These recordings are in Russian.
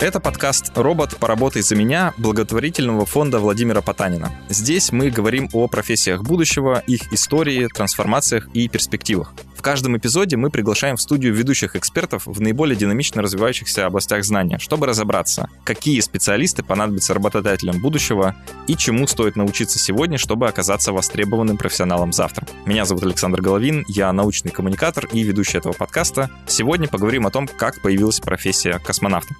Это подкаст «Робот, поработай за меня» благотворительного фонда Владимира Потанина. Здесь мы говорим о профессиях будущего, их истории, трансформациях и перспективах. В каждом эпизоде мы приглашаем в студию ведущих экспертов в наиболее динамично развивающихся областях знания, чтобы разобраться, какие специалисты понадобятся работодателям будущего и чему стоит научиться сегодня, чтобы оказаться востребованным профессионалом завтра. Меня зовут Александр Головин, я научный коммуникатор и ведущий этого подкаста. Сегодня поговорим о том, как появилась профессия космонавта.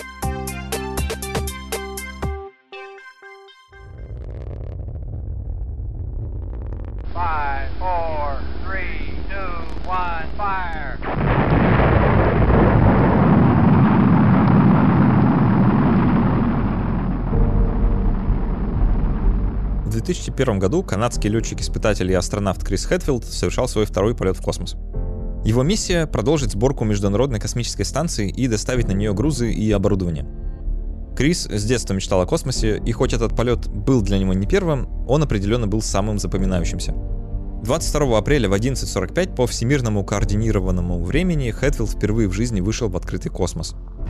В 2001 году канадский летчик-испытатель и астронавт Крис Хэтфилд совершал свой второй полет в космос. Его миссия — продолжить сборку Международной космической станции и доставить на нее грузы и оборудование. Крис с детства мечтал о космосе, и хоть этот полет был для него не первым, он определенно был самым запоминающимся. 22 апреля в 11:45 по всемирному координированному времени Хэтфилд впервые в жизни вышел в открытый космос.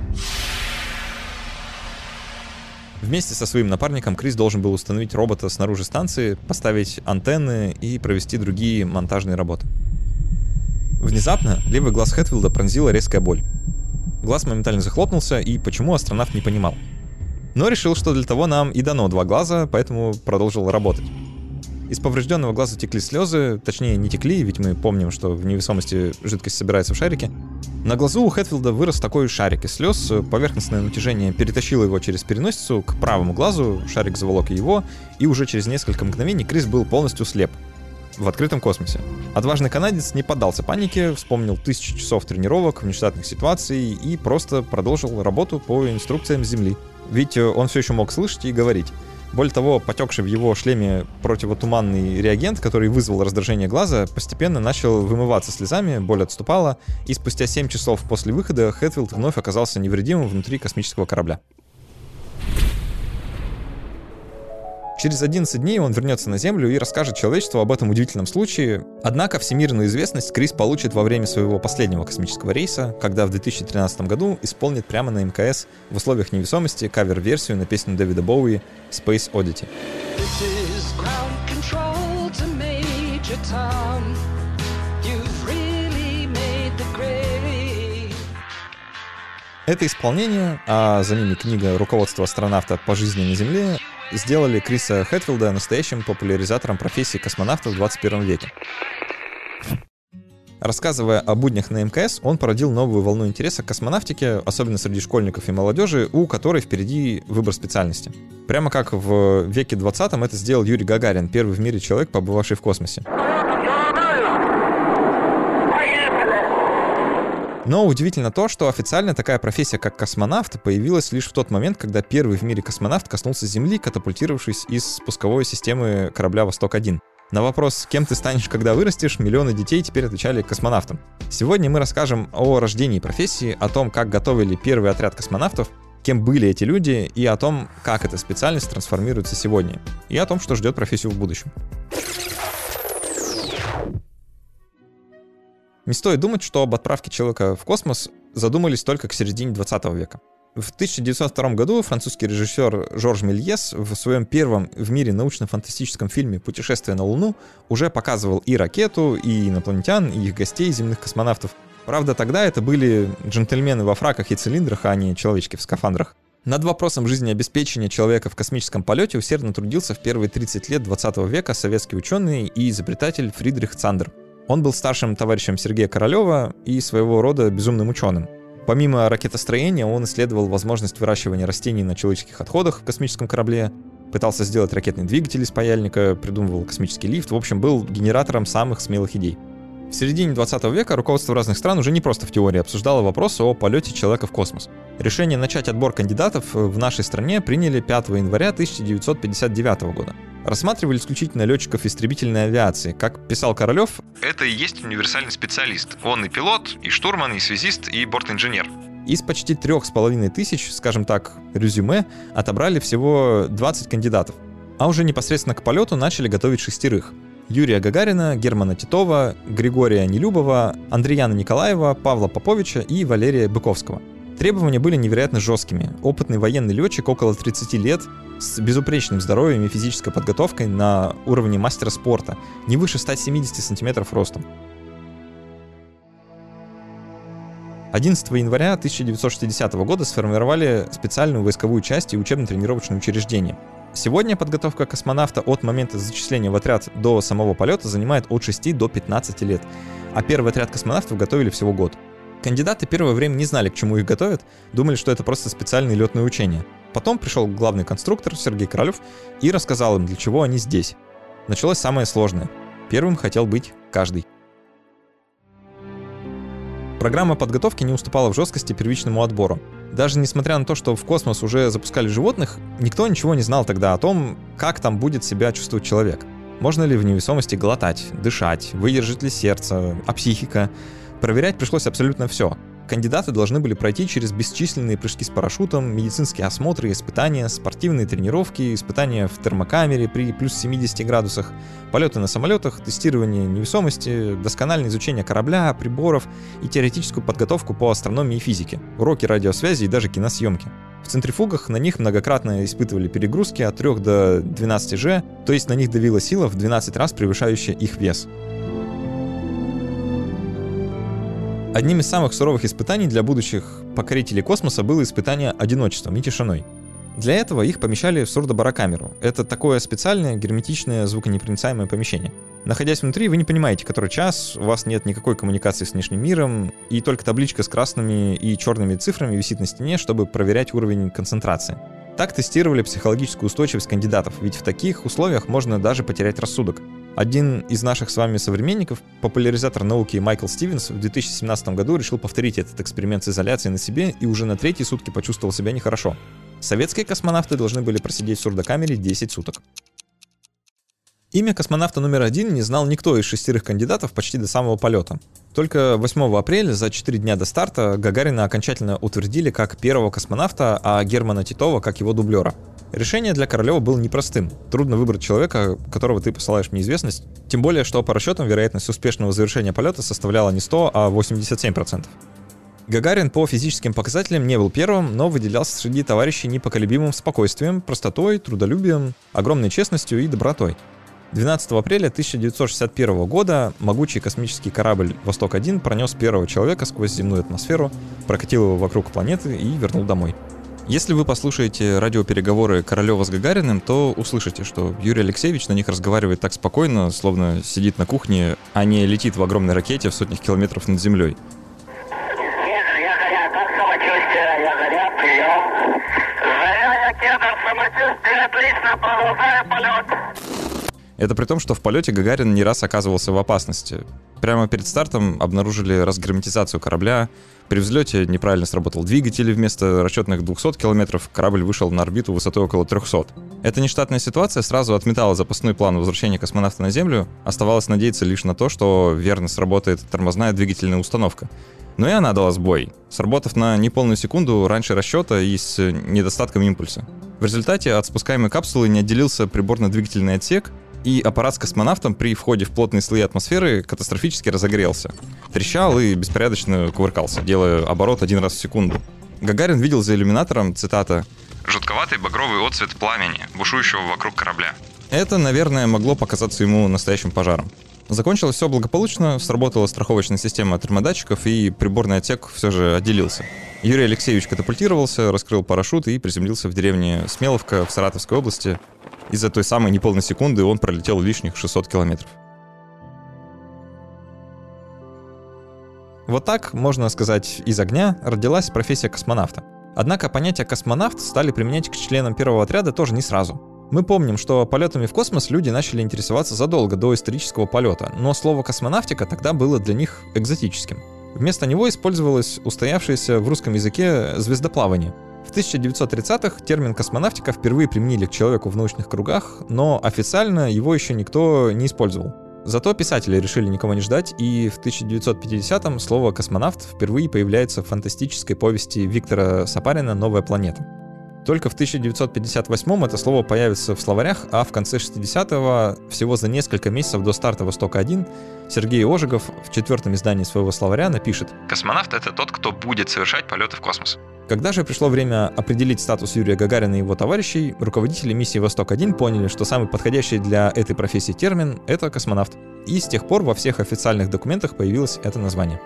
Вместе со своим напарником Крис должен был установить робота снаружи станции, поставить антенны и провести другие монтажные работы. Внезапно левый глаз Хэтфилда пронзила резкая боль. Глаз моментально захлопнулся, и почему астронавт не понимал. Но решил, что для того нам и дано два глаза, поэтому продолжил работать. Из поврежденного глаза текли слезы, точнее не текли, ведь мы помним, что в невесомости жидкость собирается в шарике. На глазу у Хэтфилда вырос такой шарик из слез, поверхностное натяжение перетащило его через переносицу к правому глазу, шарик заволок его, и уже через несколько мгновений Крис был полностью слеп. В открытом космосе. Отважный канадец не поддался панике, вспомнил 1000 часов тренировок, внештатных ситуаций и просто продолжил работу по инструкциям с Земли. Ведь он все еще мог слышать и говорить. Более того, потекший в его шлеме противотуманный реагент, который вызвал раздражение глаза, постепенно начал вымываться слезами, боль отступала, и спустя 7 часов после выхода Хэтфилд вновь оказался невредимым внутри космического корабля. Через 11 дней он вернется на Землю и расскажет человечеству об этом удивительном случае. Однако всемирную известность Крис получит во время своего последнего космического рейса, когда в 2013 году исполнит прямо на МКС в условиях невесомости кавер-версию на песню Дэвида Боуи «Space Oddity». Это исполнение, а за ними книга «Руководство астронавта по жизни на Земле» сделали Криса Хэтфилда настоящим популяризатором профессии космонавта в 21 веке. Рассказывая о буднях на МКС, он породил новую волну интереса к космонавтике, особенно среди школьников и молодежи, у которой впереди выбор специальности. Прямо как в веке 20-м это сделал Юрий Гагарин, первый в мире человек, побывавший в космосе. Но удивительно то, что официально такая профессия, как космонавт, появилась лишь в тот момент, когда первый в мире космонавт коснулся Земли, катапультировавшись из спусковой системы корабля «Восток-1». На вопрос «Кем ты станешь, когда вырастешь?» миллионы детей теперь отвечали космонавтом. Сегодня мы расскажем о рождении профессии, о том, как готовили первый отряд космонавтов, кем были эти люди, и о том, как эта специальность трансформируется сегодня, и о том, что ждет профессию в будущем. Не стоит думать, что об отправке человека в космос задумались только к середине 20 века. В 1902 году французский режиссер Жорж Мельес в своем первом в мире научно-фантастическом фильме «Путешествие на Луну» уже показывал и ракету, и инопланетян, и их гостей, земных космонавтов. Правда, тогда это были джентльмены во фраках и цилиндрах, а не человечки в скафандрах. Над вопросом жизнеобеспечения человека в космическом полете усердно трудился в первые 30 лет 20 века советский ученый и изобретатель Фридрих Цандер. Он был старшим товарищем Сергея Королева и своего рода безумным ученым. Помимо ракетостроения, он исследовал возможность выращивания растений на человеческих отходах в космическом корабле, пытался сделать ракетный двигатель из паяльника, придумывал космический лифт, в общем, был генератором самых смелых идей. В середине 20 века руководство разных стран уже не просто в теории обсуждало вопрос о полете человека в космос. Решение начать отбор кандидатов в нашей стране приняли 5 января 1959 года. Рассматривали исключительно летчиков истребительной авиации. Как писал Королев, это и есть универсальный специалист. Он и пилот, и штурман, и связист, и бортинженер. Из почти 3500, скажем так, резюме отобрали всего 20 кандидатов. А уже непосредственно к полету начали готовить 6. Юрия Гагарина, Германа Титова, Григория Нелюбова, Андреяна Николаева, Павла Поповича и Валерия Быковского. Требования были невероятно жесткими. Опытный военный летчик около 30 лет с безупречным здоровьем и физической подготовкой на уровне мастера спорта, не выше 170 сантиметров ростом. 11 января 1960 года сформировали специальную войсковую часть и учебно-тренировочное учреждение. Сегодня подготовка космонавта от момента зачисления в отряд до самого полета занимает от 6 до 15 лет, а первый отряд космонавтов готовили всего год. Кандидаты первое время не знали, к чему их готовят, думали, что это просто специальные летные учения. Потом пришел главный конструктор Сергей Королев и рассказал им, для чего они здесь. Началось самое сложное. Первым хотел быть каждый. Программа подготовки не уступала в жесткости первичному отбору. Даже несмотря на то, что в космос уже запускали животных, никто ничего не знал тогда о том, как там будет себя чувствовать человек. Можно ли в невесомости глотать, дышать, выдержит ли сердце, а психика. Проверять пришлось абсолютно все. Кандидаты должны были пройти через бесчисленные прыжки с парашютом, медицинские осмотры и испытания, спортивные тренировки, испытания в термокамере при плюс 70 градусах, полеты на самолетах, тестирование невесомости, доскональное изучение корабля, приборов и теоретическую подготовку по астрономии и физике, уроки радиосвязи и даже киносъемки. В центрифугах на них многократно испытывали перегрузки от 3 до 12 G, то есть на них давила сила в 12 раз превышающая их вес. Одним из самых суровых испытаний для будущих покорителей космоса было испытание одиночеством и тишиной. Для этого их помещали в сурдобарокамеру. Это такое специальное герметичное звуконепроницаемое помещение. Находясь внутри, вы не понимаете, который час, у вас нет никакой коммуникации с внешним миром, и только табличка с красными и черными цифрами висит на стене, чтобы проверять уровень концентрации. Так тестировали психологическую устойчивость кандидатов, ведь в таких условиях можно даже потерять рассудок. Один из наших с вами современников, популяризатор науки Майкл Стивенс, в 2017 году решил повторить этот эксперимент с изоляцией на себе и уже на 3-й сутки почувствовал себя нехорошо. Советские космонавты должны были просидеть в сурдокамере 10 суток. Имя космонавта номер 1 не знал никто из 6 кандидатов почти до самого полета. Только 8 апреля, за 4 дня до старта, Гагарина окончательно утвердили как первого космонавта, а Германа Титова как его дублера. Решение для Королева было непростым. Трудно выбрать человека, которого ты посылаешь в неизвестность. Тем более, что по расчетам вероятность успешного завершения полета составляла не 100, а 87%. Гагарин по физическим показателям не был первым, но выделялся среди товарищей непоколебимым спокойствием, простотой, трудолюбием, огромной честностью и добротой. 12 апреля 1961 года могучий космический корабль «Восток-1» пронес первого человека сквозь земную атмосферу, прокатил его вокруг планеты и вернул домой. Если вы послушаете радиопереговоры Королева с Гагариным, то услышите, что Юрий Алексеевич на них разговаривает так спокойно, словно сидит на кухне, а не летит в огромной ракете в сотнях километров над землей. Ягоря, как самочувствие? Ягоря, прием. Заря, Кедр, самочувствие отлично, продолжаю полет. Это при том, что в полете Гагарин не раз оказывался в опасности. Прямо перед стартом обнаружили разгерметизацию корабля, при взлете неправильно сработал двигатель, вместо расчетных 200 километров корабль вышел на орбиту высотой около 300. Эта нештатная ситуация сразу отметала запасной план возвращения космонавта на Землю, оставалось надеяться лишь на то, что верно сработает тормозная двигательная установка. Но и она дала сбой, сработав на неполную секунду раньше расчета и с недостатком импульса. В результате от спускаемой капсулы не отделился приборно-двигательный отсек, и аппарат с космонавтом при входе в плотные слои атмосферы катастрофически разогрелся. Трещал и беспорядочно кувыркался, делая оборот 1 раз в секунду. Гагарин видел за иллюминатором, цитата, «жутковатый багровый отцвет пламени, бушующего вокруг корабля». Это, наверное, могло показаться ему настоящим пожаром. Закончилось все благополучно, сработала страховочная система термодатчиков, и приборный отсек все же отделился. Юрий Алексеевич катапультировался, раскрыл парашют и приземлился в деревне Смеловка в Саратовской области. Из-за той самой неполной секунды он пролетел лишних 600 километров. Вот так, можно сказать, из огня родилась профессия космонавта. Однако понятие «космонавт» стали применять к членам первого отряда тоже не сразу. Мы помним, что полетами в космос люди начали интересоваться задолго до исторического полета, но слово «космонавтика» тогда было для них экзотическим. Вместо него использовалось устоявшееся в русском языке звездоплавание. В 1930-х термин «космонавтика» впервые применили к человеку в научных кругах, но официально его еще никто не использовал. Зато писатели решили никого не ждать, и в 1950-м слово «космонавт» впервые появляется в фантастической повести Виктора Сапарина «Новая планета». Только в 1958 это слово появится в словарях, а в конце 60-го, всего за несколько месяцев до старта «Востока-1», Сергей Ожегов в 4-м издании своего словаря напишет: «Космонавт — это тот, кто будет совершать полеты в космос». Когда же пришло время определить статус Юрия Гагарина и его товарищей, руководители миссии «Восток-1» поняли, что самый подходящий для этой профессии термин — это космонавт. И с тех пор во всех официальных документах появилось это название.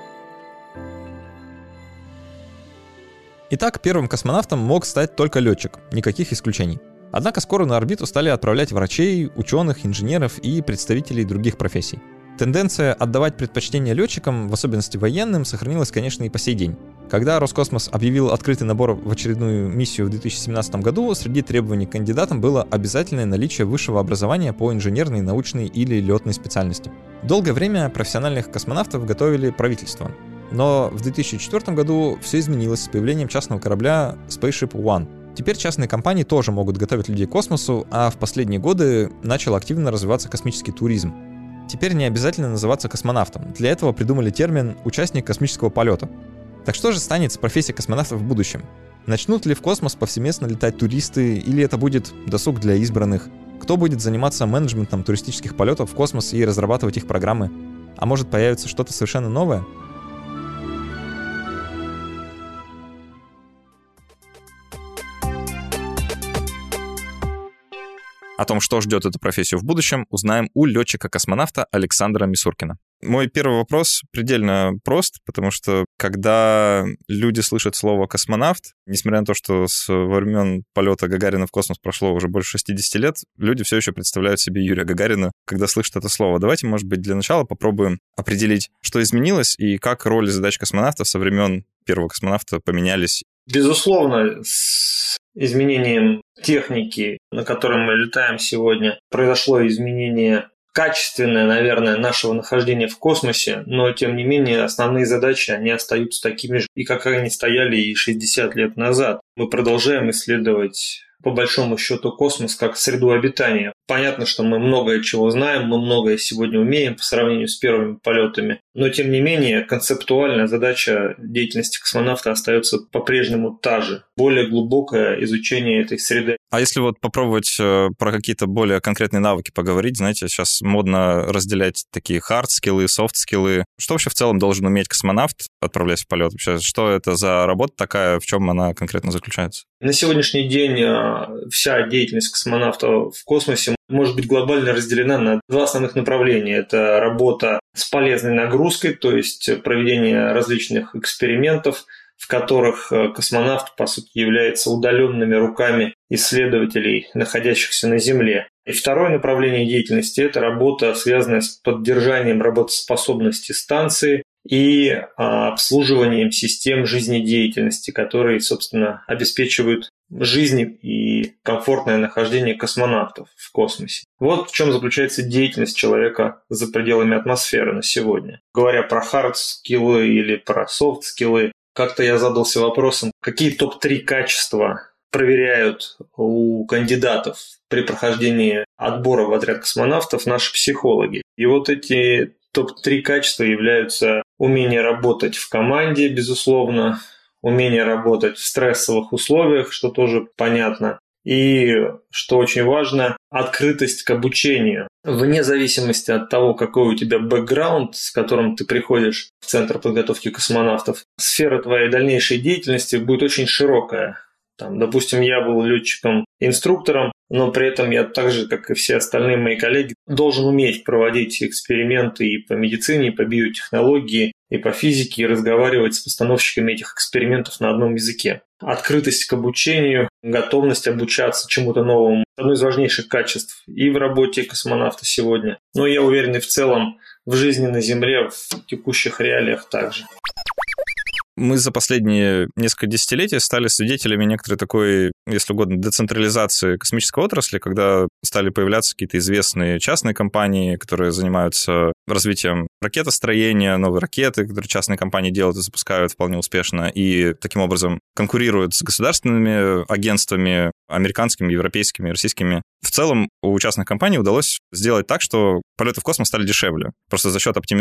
Итак, первым космонавтом мог стать только летчик, никаких исключений. Однако скоро на орбиту стали отправлять врачей, ученых, инженеров и представителей других профессий. Тенденция отдавать предпочтение летчикам, в особенности военным, сохранилась, конечно, и по сей день. Когда Роскосмос объявил открытый набор в очередную миссию в 2017 году, среди требований к кандидатам было обязательное наличие высшего образования по инженерной, научной или летной специальности. Долгое время профессиональных космонавтов готовили правительство. Но в 2004 году все изменилось с появлением частного корабля Spaceship One. Теперь частные компании тоже могут готовить людей к космосу, а в последние годы начал активно развиваться космический туризм. Теперь не обязательно называться космонавтом. Для этого придумали термин «участник космического полета». Так что же станет с профессией космонавта в будущем? Начнут ли в космос повсеместно летать туристы, или это будет досуг для избранных? Кто будет заниматься менеджментом туристических полетов в космос и разрабатывать их программы? А может, появится что-то совершенно новое? О том, что ждет эту профессию в будущем, узнаем у летчика-космонавта Александра Мисуркина. Мой первый вопрос предельно прост, потому что когда люди слышат слово «космонавт», несмотря на то, что с времен полета Гагарина в космос прошло уже больше 60 лет, люди все еще представляют себе Юрия Гагарина, когда слышат это слово. Давайте, может быть, для начала попробуем определить, что изменилось и как роль и задачи космонавта со времен первого космонавта поменялись. Безусловно, с изменением техники, на которой мы летаем сегодня, произошло изменение качественное, наверное, нашего нахождения в космосе, но, тем не менее, основные задачи, они остаются такими же, и как они стояли и 60 лет назад. Мы продолжаем исследовать, по большому счету, космос как среду обитания. Понятно, что мы многое чего знаем, мы многое сегодня умеем по сравнению с первыми полетами, но, тем не менее, концептуальная задача деятельности космонавта остается по-прежнему та же. Более глубокое изучение этой среды. А если вот попробовать про какие-то более конкретные навыки поговорить, знаете, сейчас модно разделять такие хард-скиллы, софт-скиллы. Что вообще в целом должен уметь космонавт, отправляясь в полет? Вообще, что это за работа такая, в чем она конкретно заключается? На сегодняшний день вся деятельность космонавта в космосе может быть глобально разделена на два основных направления. Это работа с полезной нагрузкой, то есть проведение различных экспериментов, в которых космонавт, по сути, является удаленными руками исследователей, находящихся на Земле. И второе направление деятельности – это работа, связанная с поддержанием работоспособности станции и обслуживанием систем жизнедеятельности, которые, собственно, обеспечивают жизнь и комфортное нахождение космонавтов в космосе. Вот в чем заключается деятельность человека за пределами атмосферы на сегодня. Говоря про хард-скиллы или про софт-скиллы, как-то я задался вопросом, какие топ-3 качества проверяют у кандидатов при прохождении отбора в отряд космонавтов наши психологи. И вот эти топ-3 качества являются умение работать в команде, безусловно, умение работать в стрессовых условиях, что тоже понятно, и, что очень важно, открытость к обучению. Вне зависимости от того, какой у тебя бэкграунд, с которым ты приходишь в Центр подготовки космонавтов, сфера твоей дальнейшей деятельности будет очень широкая. Допустим, я был летчиком-инструктором, но при этом я так же, как и все остальные мои коллеги, должен уметь проводить эксперименты и по медицине, и по биотехнологии, и по физике, и разговаривать с постановщиками этих экспериментов на одном языке. Открытость к обучению, готовность обучаться чему-то новому – одно из важнейших качеств и в работе космонавта сегодня. Но я уверен, и в целом в жизни на Земле в текущих реалиях также. Мы за последние несколько десятилетий стали свидетелями некоторой такой, если угодно, децентрализации космической отрасли, когда стали появляться какие-то известные частные компании, которые занимаются развитием ракетостроения, новые ракеты, которые частные компании делают и запускают вполне успешно, и таким образом конкурируют с государственными агентствами, американскими, европейскими, российскими. В целом у частных компаний удалось сделать так, что полеты в космос стали дешевле. Просто за счет оптимизации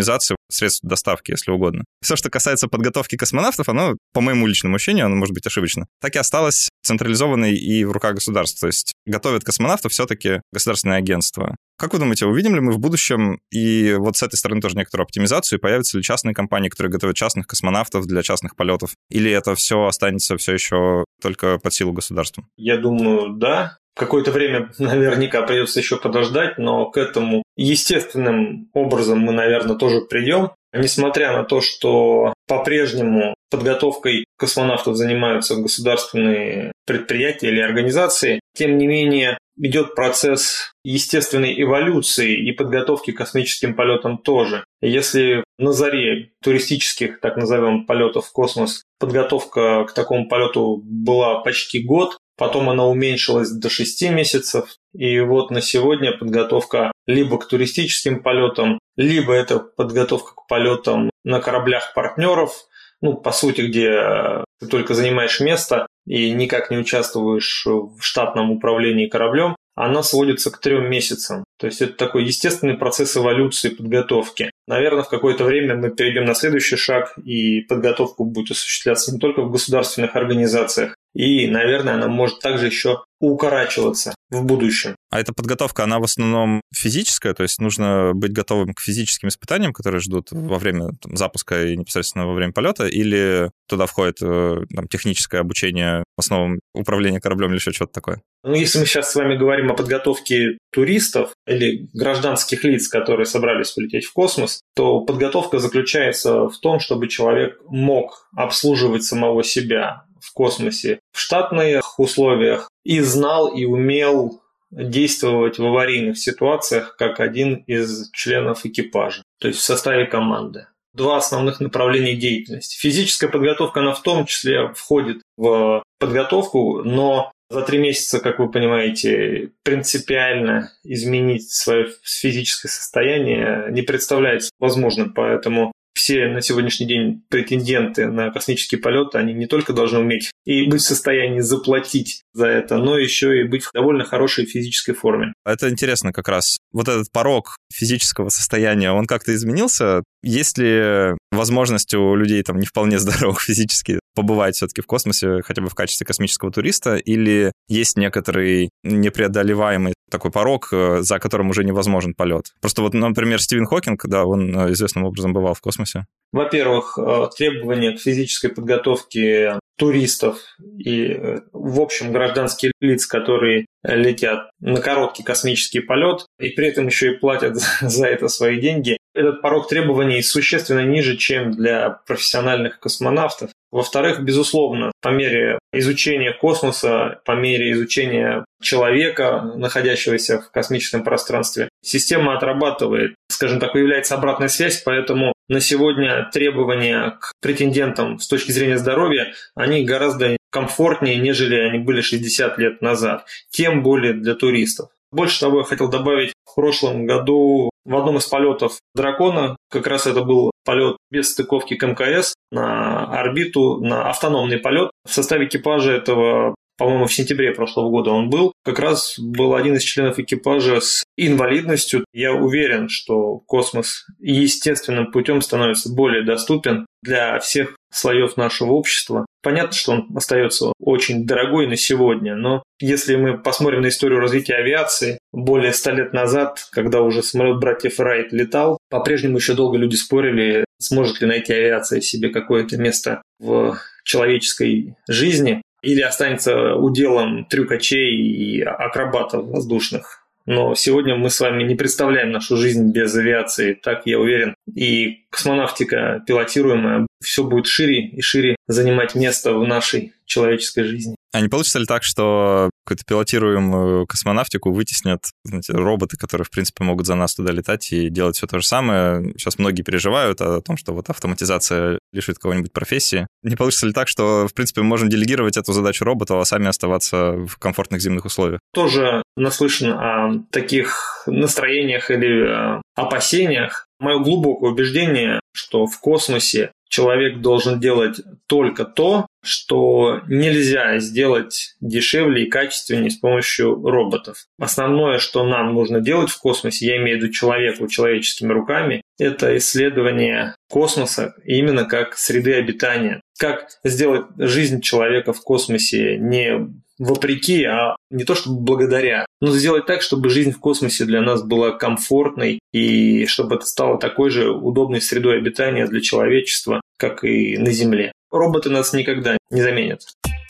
средств доставки, если угодно. Все, что касается подготовки космонавтов, оно, по моему личному ощущению, оно может быть ошибочно, так и осталось централизованной и в руках государства. То есть готовят космонавтов все-таки государственное агентство. Как вы думаете, увидим ли мы в будущем и вот с этой стороны тоже некоторую оптимизацию, появятся ли частные компании, которые готовят частных космонавтов для частных полетов, или это все останется все еще только под силу государства? Я думаю, да. Какое-то время наверняка придется еще подождать, но к этому естественным образом мы, наверное, тоже придем. Несмотря на то, что по-прежнему подготовкой космонавтов занимаются государственные предприятия или организации, тем не менее идет процесс естественной эволюции и подготовки к космическим полетам тоже. Если на заре туристических, так назовем, полетов в космос подготовка к такому полету была почти год, потом она уменьшилась до 6 месяцев, и вот на сегодня подготовка либо к туристическим полетам, либо это подготовка к полетам на кораблях партнеров, по сути, где ты только занимаешь место и никак не участвуешь в штатном управлении кораблем, она сводится к 3 месяцам. То есть это такой естественный процесс эволюции подготовки. Наверное, в какое-то время мы перейдем на следующий шаг, и подготовка будет осуществляться не только в государственных организациях, и, наверное, она может также еще укорачиваться в будущем. А эта подготовка, она в основном физическая, то есть нужно быть готовым к физическим испытаниям, которые ждут во время запуска и непосредственно во время полета, или туда входит техническое обучение основам управления кораблем или еще что-то такое? Если мы сейчас с вами говорим о подготовке туристов или гражданских лиц, которые собрались полететь в космос, то подготовка заключается в том, чтобы человек мог обслуживать самого себя в космосе в штатных условиях и знал и умел действовать в аварийных ситуациях как один из членов экипажа, то есть в составе команды. 2 основных направления деятельности. Физическая подготовка, она в том числе входит в подготовку, но за 3 месяца, как вы понимаете, принципиально изменить свое физическое состояние не представляется возможным, поэтому все на сегодняшний день претенденты на космический полет, они не только должны уметь и быть в состоянии заплатить за это, но еще и быть в довольно хорошей физической форме. Это интересно как раз. Вот этот порог физического состояния, он как-то изменился? Есть ли возможность у людей не вполне здоровых физически побывать все-таки в космосе, хотя бы в качестве космического туриста, или есть некоторый непреодолеваемый такой порог, за которым уже невозможен полет? Просто например, Стивен Хокинг, он известным образом бывал в космосе. Во-первых, требования к физической подготовке туристов и, в общем, гражданских лиц, которые летят на короткий космический полет и при этом еще и платят за это свои деньги, этот порог требований существенно ниже, чем для профессиональных космонавтов. Во-вторых, безусловно, по мере изучения космоса, по мере изучения человека, находящегося в космическом пространстве, система отрабатывает, скажем так, появляется обратная связь, поэтому на сегодня требования к претендентам с точки зрения здоровья, они гораздо комфортнее, нежели они были 60 лет назад, тем более для туристов. Больше того, я хотел добавить, в прошлом году в одном из полетов «Дракона», как раз это был полет без стыковки к МКС, на орбиту, на автономный полет. В составе экипажа этого, по-моему, в сентябре прошлого года он был, как раз был один из членов экипажа с инвалидностью. Я уверен, что космос естественным путем становится более доступен для всех слоев нашего общества. Понятно, что он остается очень дорогой на сегодня, но если мы посмотрим на историю развития авиации, более 100 лет назад, когда уже самолет братьев Райт летал, по-прежнему еще долго люди спорили, сможет ли найти авиация себе какое-то место в человеческой жизни или останется уделом трюкачей и акробатов воздушных. Но сегодня мы с вами не представляем нашу жизнь без авиации, так я уверен. И космонавтика пилотируемая все будет шире и шире занимать место в нашей человеческой жизни. А не получится ли так, что какую-то пилотируемую космонавтику вытеснят роботы, которые, в принципе, могут за нас туда летать и делать все то же самое? Сейчас многие переживают о том, что автоматизация лишит кого-нибудь профессии. Не получится ли так, что, в принципе, мы можем делегировать эту задачу роботу, а сами оставаться в комфортных земных условиях? Тоже наслышан о таких настроениях или опасениях. Мое глубокое убеждение, что в космосе человек должен делать только то, что нельзя сделать дешевле и качественнее с помощью роботов. Основное, что нам нужно делать в космосе, я имею в виду человеку человеческими руками, это исследование космоса именно как среды обитания. Как сделать жизнь человека в космосе не вопреки, а не то чтобы благодаря, но сделать так, чтобы жизнь в космосе для нас была комфортной и чтобы это стало такой же удобной средой обитания для человечества, как и на Земле. Роботы нас никогда не заменят.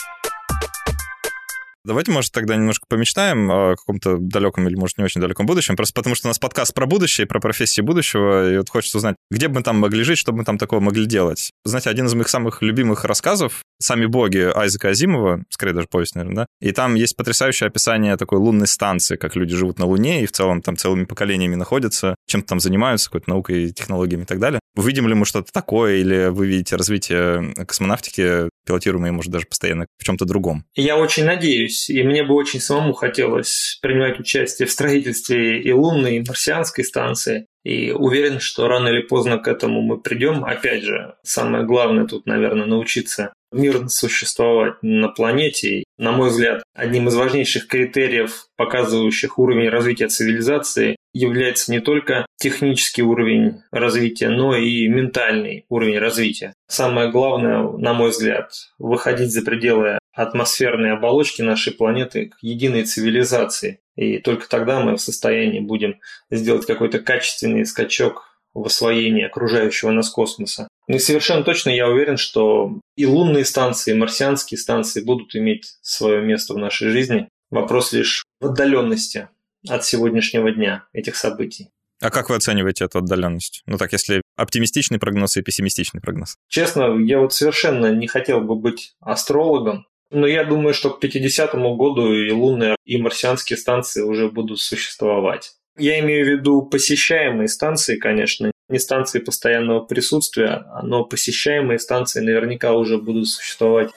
Давайте, может, тогда немножко помечтаем о каком-то далеком или, может, не очень далеком будущем, просто потому что у нас подкаст про будущее, про профессии будущего, и вот хочется узнать, где бы мы там могли жить, что бы мы там такого могли делать. Знаете, один из моих самых любимых рассказов «Сами боги» Айзека Азимова, скорее даже повесть, наверное, да? И там есть потрясающее описание такой лунной станции, как люди живут на Луне и в целом там целыми поколениями находятся, чем-то там занимаются, какой-то наукой, технологиями и так далее. Увидим ли мы что-то такое, или вы видите развитие космонавтики, пилотируемой, может, даже постоянно в чем-то другом? Я очень надеюсь, и мне бы очень самому хотелось принимать участие в строительстве и лунной, и марсианской станции. И уверен, что рано или поздно к этому мы придем. Опять же, самое главное тут, наверное, научиться мирно существовать на планете. И, на мой взгляд, одним из важнейших критериев, показывающих уровень развития цивилизации, является не только технический уровень развития, но и ментальный уровень развития. Самое главное, на мой взгляд, выходить за пределы атмосферной оболочки нашей планеты к единой цивилизации. И только тогда мы в состоянии будем сделать какой-то качественный скачок в освоении окружающего нас космоса. И совершенно точно я уверен, что и лунные станции, и марсианские станции будут иметь свое место в нашей жизни. Вопрос лишь в отдаленности от сегодняшнего дня этих событий. А как вы оцениваете эту отдаленность? Ну так, если оптимистичный прогноз и пессимистичный прогноз. Честно, я вот совершенно не хотел бы быть астрологом, но я думаю, что к 50-му году и лунные, и марсианские станции уже будут существовать. Я имею в виду посещаемые станции, конечно, не станции постоянного присутствия, но посещаемые станции наверняка уже будут существовать.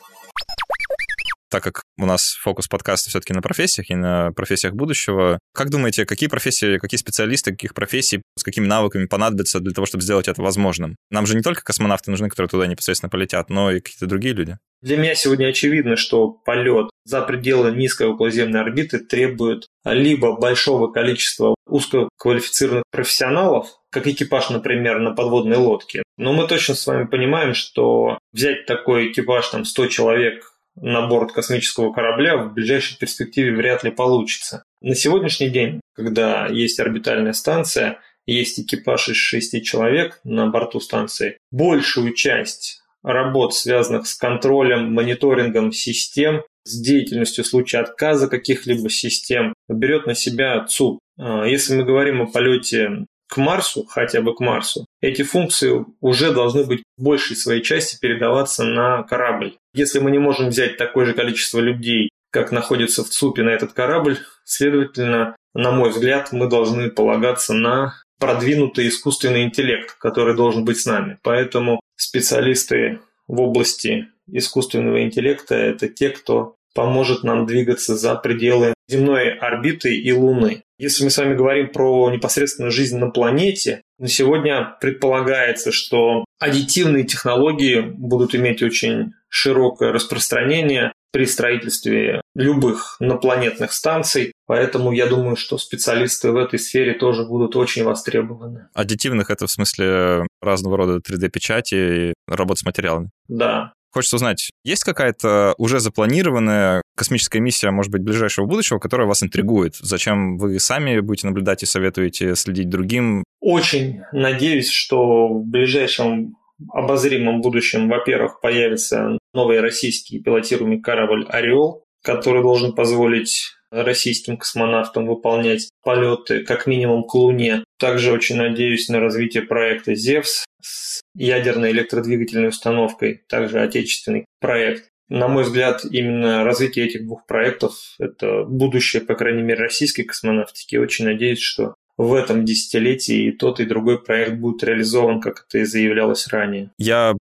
Так как у нас фокус подкаста все-таки на профессиях и на профессиях будущего, как думаете, какие профессии, какие специалисты, каких профессий, с какими навыками понадобятся для того, чтобы сделать это возможным? Нам же не только космонавты нужны, которые туда непосредственно полетят, но и какие-то другие люди. Для меня сегодня очевидно, что полет за пределы низкой околоземной орбиты требует либо большого количества узкоквалифицированных профессионалов, как экипаж, например, на подводной лодке. Но мы точно с вами понимаем, что взять такой экипаж, 100 человек, на борт космического корабля в ближайшей перспективе вряд ли получится. На сегодняшний день, когда есть орбитальная станция, есть экипаж из 6 человек на борту станции, большую часть работ, связанных с контролем, мониторингом систем, с деятельностью в случае отказа каких-либо систем, берет на себя ЦУП. Если мы говорим о полете к Марсу, хотя бы к Марсу, эти функции уже должны быть в большей своей части передаваться на корабль. Если мы не можем взять такое же количество людей, как находится в ЦУПе на этот корабль, следовательно, на мой взгляд, мы должны полагаться на продвинутый искусственный интеллект, который должен быть с нами. Поэтому специалисты в области искусственного интеллекта – это те, кто поможет нам двигаться за пределы земной орбиты и Луны. Если мы с вами говорим про непосредственно жизнь на планете, на сегодня предполагается, что аддитивные технологии будут иметь очень широкое распространение при строительстве любых инопланетных станций, поэтому я думаю, что специалисты в этой сфере тоже будут очень востребованы. Аддитивных — это в смысле разного рода 3D-печати и работы с материалами? Да. Хочется узнать, есть какая-то уже запланированная космическая миссия, может быть, ближайшего будущего, которая вас интригует? Зачем вы сами будете наблюдать и советуете следить другим? Очень надеюсь, что в ближайшем обозримом будущем, во-первых, появится новый российский пилотируемый корабль «Орел», который должен позволить российским космонавтам выполнять полеты как минимум к Луне. Также очень надеюсь на развитие проекта «Зевс» с ядерной электродвигательной установкой, также отечественный проект. На мой взгляд, именно развитие этих двух проектов – это будущее, по крайней мере, российской космонавтики. Очень надеюсь, что в этом десятилетии и тот, и другой проект будет реализован, как это и заявлялось ранее. Я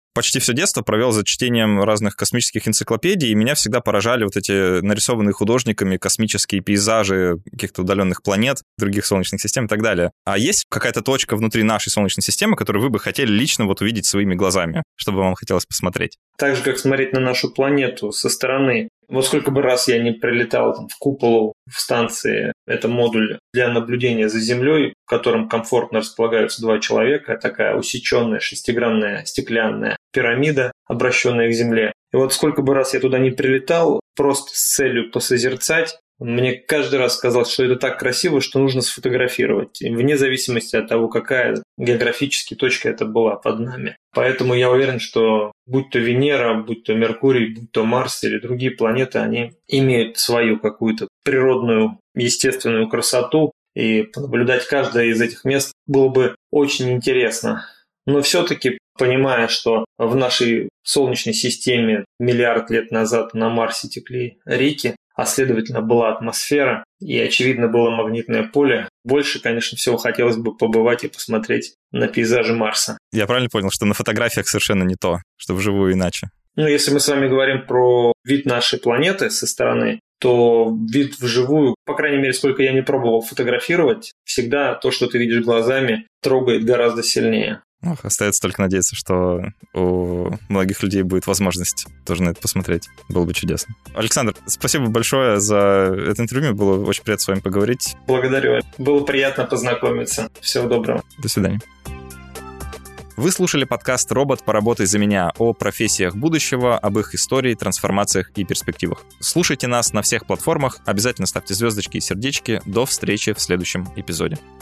почти все детство провел за чтением разных космических энциклопедий, и меня всегда поражали вот эти нарисованные художниками космические пейзажи каких-то удаленных планет, других солнечных систем и так далее. А есть какая-то точка внутри нашей Солнечной системы, которую вы бы хотели лично вот увидеть своими глазами, чтобы вам хотелось посмотреть? Так же, как смотреть на нашу планету со стороны. Вот сколько бы раз я не прилетал в куполу в станции, это модуль для наблюдения за Землей, в котором комфортно располагаются 2 человека, такая усеченная шестигранная стеклянная пирамида, обращенная к Земле. И вот сколько бы раз я туда не прилетал, просто с целью посозерцать, мне каждый раз казалось, что это так красиво, что нужно сфотографировать, вне зависимости от того, какая географически точка это была под нами. Поэтому я уверен, что будь то Венера, будь то Меркурий, будь то Марс или другие планеты, они имеют свою какую-то природную, естественную красоту, и понаблюдать каждое из этих мест было бы очень интересно. Но все-таки, понимая, что в нашей Солнечной системе миллиард лет назад на Марсе текли реки, а следовательно была атмосфера и, очевидно, было магнитное поле, больше, конечно, всего хотелось бы побывать и посмотреть на пейзажи Марса. Я правильно понял, что на фотографиях совершенно не то, что вживую иначе? Ну, если мы с вами говорим про вид нашей планеты со стороны, то вид вживую, по крайней мере, сколько я не пробовал фотографировать, всегда то, что ты видишь глазами, трогает гораздо сильнее. Остается только надеяться, что у многих людей будет возможность тоже на это посмотреть. Было бы чудесно. Александр, спасибо большое за это интервью. Было очень приятно с вами поговорить. Благодарю. Было приятно познакомиться. Всего доброго. До свидания. Вы слушали подкаст «Робот, поработай за меня» о профессиях будущего, об их истории, трансформациях и перспективах. Слушайте нас на всех платформах, обязательно ставьте звездочки и сердечки. До встречи в следующем эпизоде.